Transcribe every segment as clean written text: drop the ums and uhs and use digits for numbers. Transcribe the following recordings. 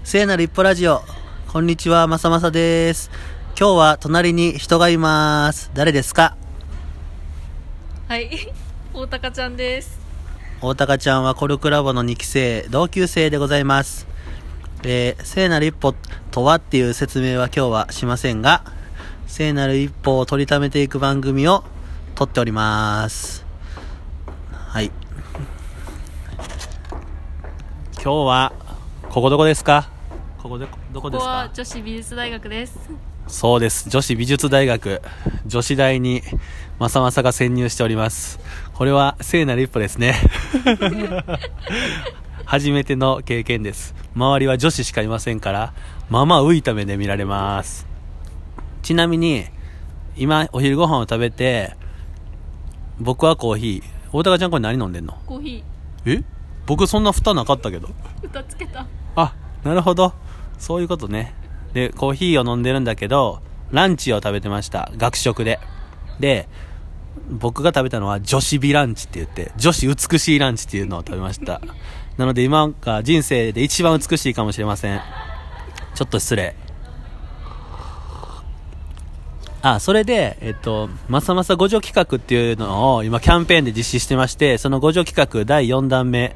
聖なる一歩ラジオ。こんにちは、まさまさです。今日は隣に人がいます。誰ですか？ はい、大高ちゃんです。 大高ちゃんはコルクラボの2期生、同級生でございます。聖なる一歩とはっていう説明は今日はしませんが、聖なる一歩を取りためていく番組を撮っております。はい。今日はここどこですか？ここでどこですか？ ここは女子美術大学です。 そうです。女子美術大学、女子大にまさまさが潜入しております。これは聖なる一歩ですね。初めての経験です。周りは女子しかいませんから、まあまあ浮いた目で見られます。ちなみに今お昼ご飯を食べて、僕はコーヒー。大高ちゃんこれ何飲んでんの？ コーヒー。僕そんな蓋なかったけど。 蓋つけた。 あ、なるほど、そういうことね。でコーヒーを飲んでるんだけど、ランチを食べてました。学食で。で僕が食べたのは女子美ランチって言って、女子美しいランチっていうのを食べました。なので今が人生で一番美しいかもしれません。ちょっと失礼。それでまさまさ5条企画っていうのを今キャンペーンで実施してまして、その5条企画第4弾目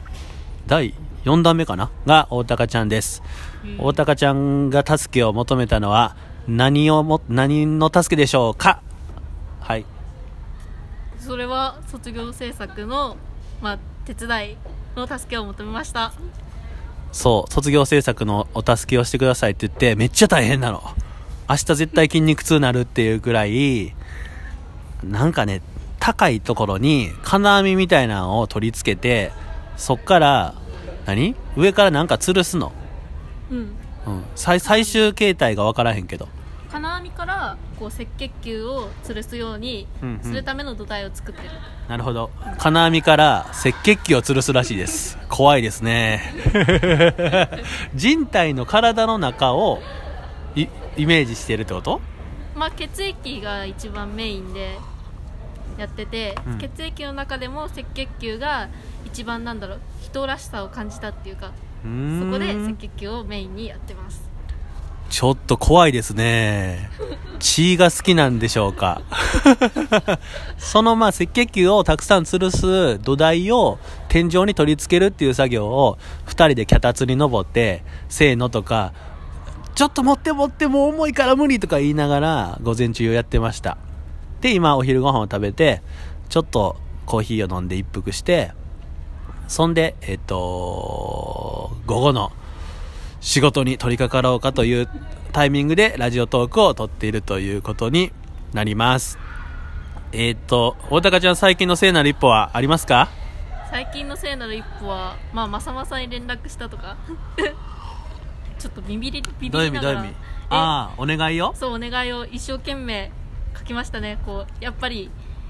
かなが大高ちゃんです。大高ちゃんが助けを求めたのは何の助けでしょうか？はい。 それは卒業制作の、手伝いの助けを求めました。 そう、卒業制作のお助けをしてくださいって言って、めっちゃ大変なの。明日絶対筋肉痛なるっていうくらい、なんかね、高いところに金網みたいなのを取り付けて、そっから上からなんか吊るすの。最終形態が分からへんけど、 金網からこう赤血球を吊るすようにするための土台を作ってる。 なるほど。金網から赤血球を吊るすらしいです。怖いですね。人体の体の中をイメージしてるってこと？ 血液が一番メインでやってて、血液の中でも赤血球が一番人らしさを感じたっていうか、そこで赤血球をメインにやってます。 ちょっと怖いですね。血が好きなんでしょうか？その赤血球をたくさん吊るす土台を天井に取り付けるっていう作業を2人で脚立に登ってせーのとか、ちょっと持ってもう重いから無理とか言いながら午前中やってました。で今お昼ご飯を食べてちょっとコーヒーを飲んで一服して、そんで午後の仕事に取り掛かろうかというタイミングでラジオトークを撮っているということになります。大高ちゃん、最近の聖なる一歩はありますか？ 最近の聖なる一歩はまさまさに連絡したとか。ちょっとビビりながら、 お願いをそう、お願いを一生懸命書きましたね。こうやっぱり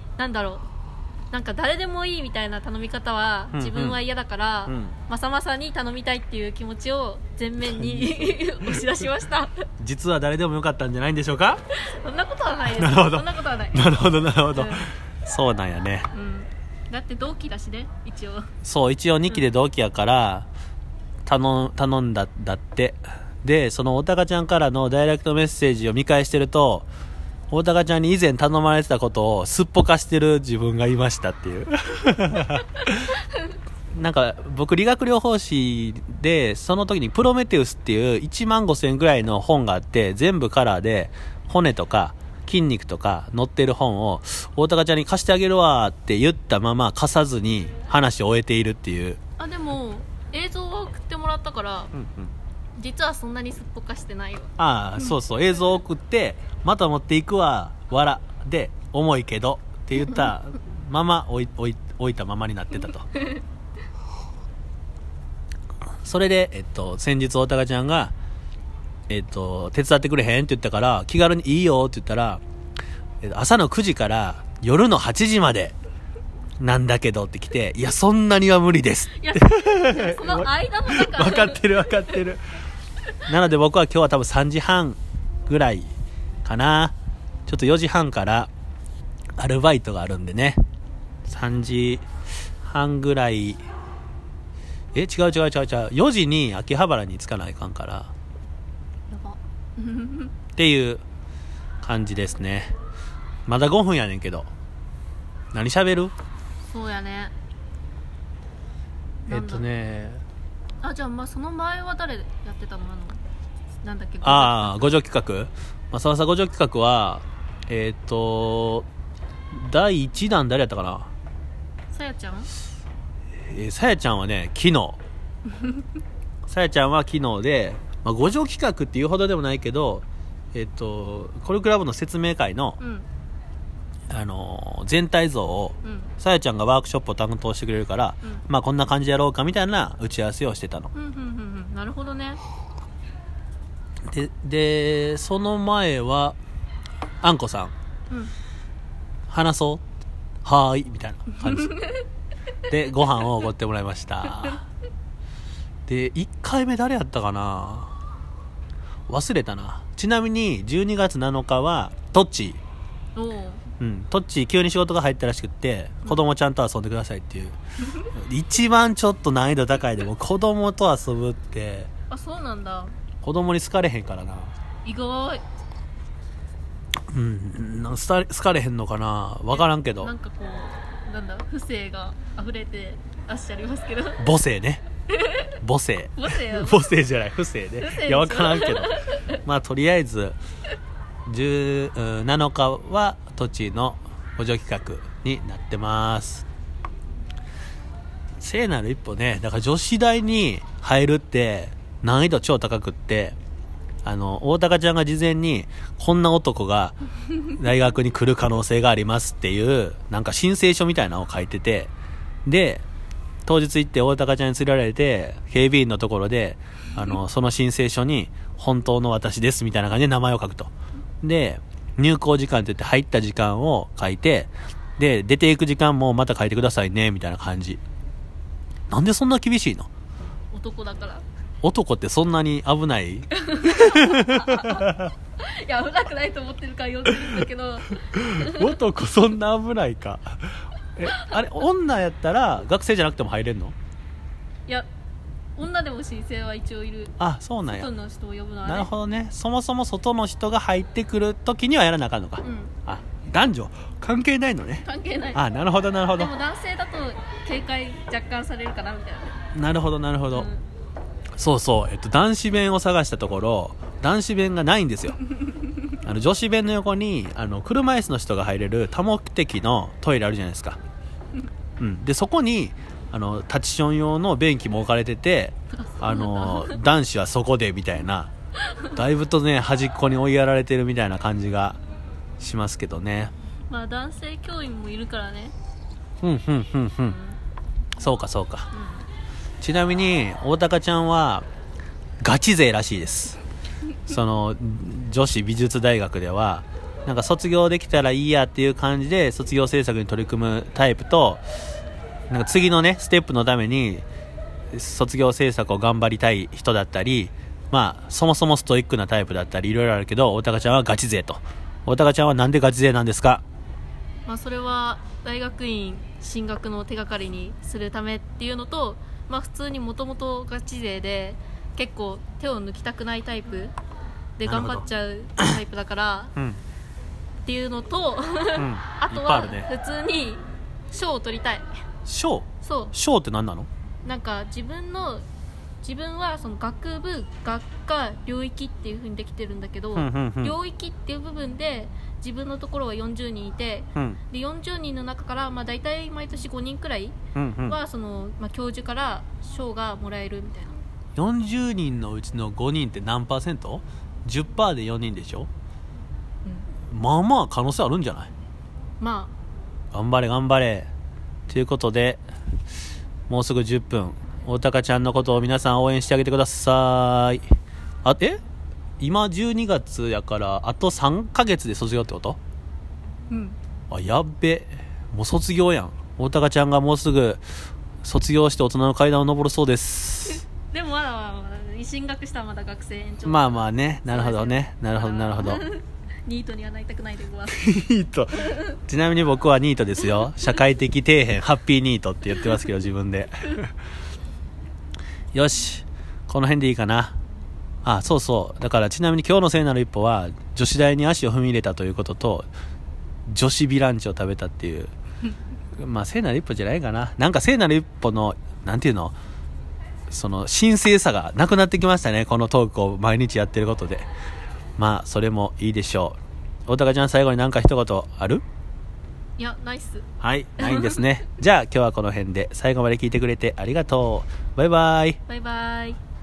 誰でもいいみたいな頼み方は自分は嫌だから、まさまさに頼みたいっていう気持ちを前面に押し出しました。 実は誰でもよかったんじゃないんでしょうか？ そんなことはないです。 なるほど。 そんなことはない。 なるほど、そうなんやね。 だって同期だしね、一応。 そう、一応2期で同期やから、頼んだって。でその大高ちゃんからのダイレクトメッセージを見返してると、大高ちゃんに以前頼まれてたことをすっぽかしてる自分がいましたっていう。僕理学療法士で、その時にプロメテウスっていう15,000円ぐらいの本があって、全部カラーで骨とか筋肉とか載ってる本を大高ちゃんに貸してあげるわって言ったまま貸さずに話を終えているっていう。 でも映像を送ってもらったから、実はそんなにすっぽかしてないよ。 そうそう、映像を送ってまた持っていくわ笑で重いけどって言ったまま置いたままになってたと。それで先日大高ちゃんが手伝ってくれへんって言ったから、気軽にいいよって言ったら、朝の9時から夜の8時までなんだけどって来て、いやそんなには無理ですって。 その間の中分かってる。なので僕は今日は多分3時半ぐらいかな。ちょっと4時半からアルバイトがあるんでね、3時半ぐらい違う4時に秋葉原に着かないかんからやばっていう感じですね。まだ5分やねんけど何喋る？ そうやね。あ、じゃあまあその前は誰やってたの？なんだっけ。 五条企画、さわさ五条企画は第1弾誰やったかな。 さやちゃん？ さやちゃんはね昨日さやちゃんは昨日で、五条企画っていうほどでもないけどコルクラブの説明会の、全体像をさやちゃんがワークショップを担当してくれるから、こんな感じでやろうかみたいな打ち合わせをしてたの。 なるほどね。 でその前はあんこさん、話そうはーいみたいな感じでご飯をおごってもらいましたで1回目誰やったかな、忘れたな。ちなみに12月7日はトッチー、トッチー急に仕事が入ったらしくって、子供ちゃんと遊んでくださいっていう一番ちょっと難易度高いでも子供と遊ぶって。 あ、そうなんだ。 子供に好かれへんからな。 意外。 好かれへんのかな、分からんけど。 なんかこうなんだ、不正が溢れてらっしゃいますけど。 母性ね母性じゃない、不正ね。いや分からんけどとりあえず7日は土地の補助企画になってます。聖なる一歩ね。だから女子大に入るって難易度超高くって、大高ちゃんが事前にこんな男が大学に来る可能性がありますっていうなんか申請書みたいなのを書いてて、で当日行って大高ちゃんに連れられて警備員のところでその申請書に本当の私ですみたいな感じで名前を書くと。で入校時間って言って入った時間を書いて、で出ていく時間もまた書いてくださいねみたいな感じ。なんでそんな厳しいの？ 男だから。 男ってそんなに危ない？いや危なくないと思ってるから言ってるんだけど男そんな危ないか。あれ女やったら学生じゃなくても入れんの？ いや女でも申請は一応いる。 あ、そうなんや。 外の人を呼ぶのはね。 なるほどね。そもそも外の人が入ってくる時にはやらなあかんのか。あ、男女関係ないのね。 関係ない。 あ、なるほどなるほど。 でも男性だと警戒若干されるかなみたいな。 なるほどなるほど、そうそう、男子弁を探したところ男子弁がないんですよ女子弁の横に車椅子の人が入れる多目的のトイレあるじゃないですかでそこにタチション用の便器も置かれてて男子はそこでみたいなだいぶとね端っこに追いやられてるみたいな感じがしますけどね。 男性教員もいるからね。 そうかそうか、ちなみに大高ちゃんはガチ勢らしいです。その女子美術大学ではなんか卒業できたらいいやっていう感じで卒業制作に取り組むタイプと、なんか次のねステップのために卒業制作を頑張りたい人だったり、そもそもストイックなタイプだったりいろいろあるけど、大高ちゃんはガチ勢と。大高ちゃんはなんでガチ勢なんですか？ それは大学院進学の手がかりにするためっていうのと、普通にもともとガチ勢で結構手を抜きたくないタイプで頑張っちゃうタイプだからっていうのと、あとは普通に賞を取りたい。 賞？ そう。 賞って何なの？ なんか自分はその学部学科領域っていう風にできてるんだけど、領域っていう部分で自分のところは40人いて、で40人の中から大体毎年5人くらいはその、教授から賞がもらえるみたいな。 40人のうちの5人って何パーセント？ 10% で4人でしょ、可能性あるんじゃない？頑張れ頑張れということで、もうすぐ10分、大高ちゃんのことを皆さん応援してあげてください。今12月やからあと3ヶ月で卒業ってこと？やっべ、もう卒業やん。大高ちゃんがもうすぐ卒業して大人の階段を登るそうですでもまだ進学したらまだ学生延長。 ね、なるほどね、なるほどなるほどニートにはなりたくないでごわニートちなみに僕はニートですよ。社会的底辺ハッピーニートって言ってますけど自分でよし、この辺でいいかな。あ、そうそう。だからちなみに今日の聖なる一歩は女子大に足を踏み入れたということと、女子ビランチを食べたっていうまあ聖なる一歩じゃないかな。なんか聖なる一歩のなんていうの、その神聖さがなくなってきましたね、このトークを毎日やってることで。まあそれもいいでしょう。大高ちゃん、最後になんか一言ある？ いや、ナイス。 はい、ないんですね。じゃあ今日はこの辺で、最後まで聞いてくれてありがとう。バイバイ。 バイバイ。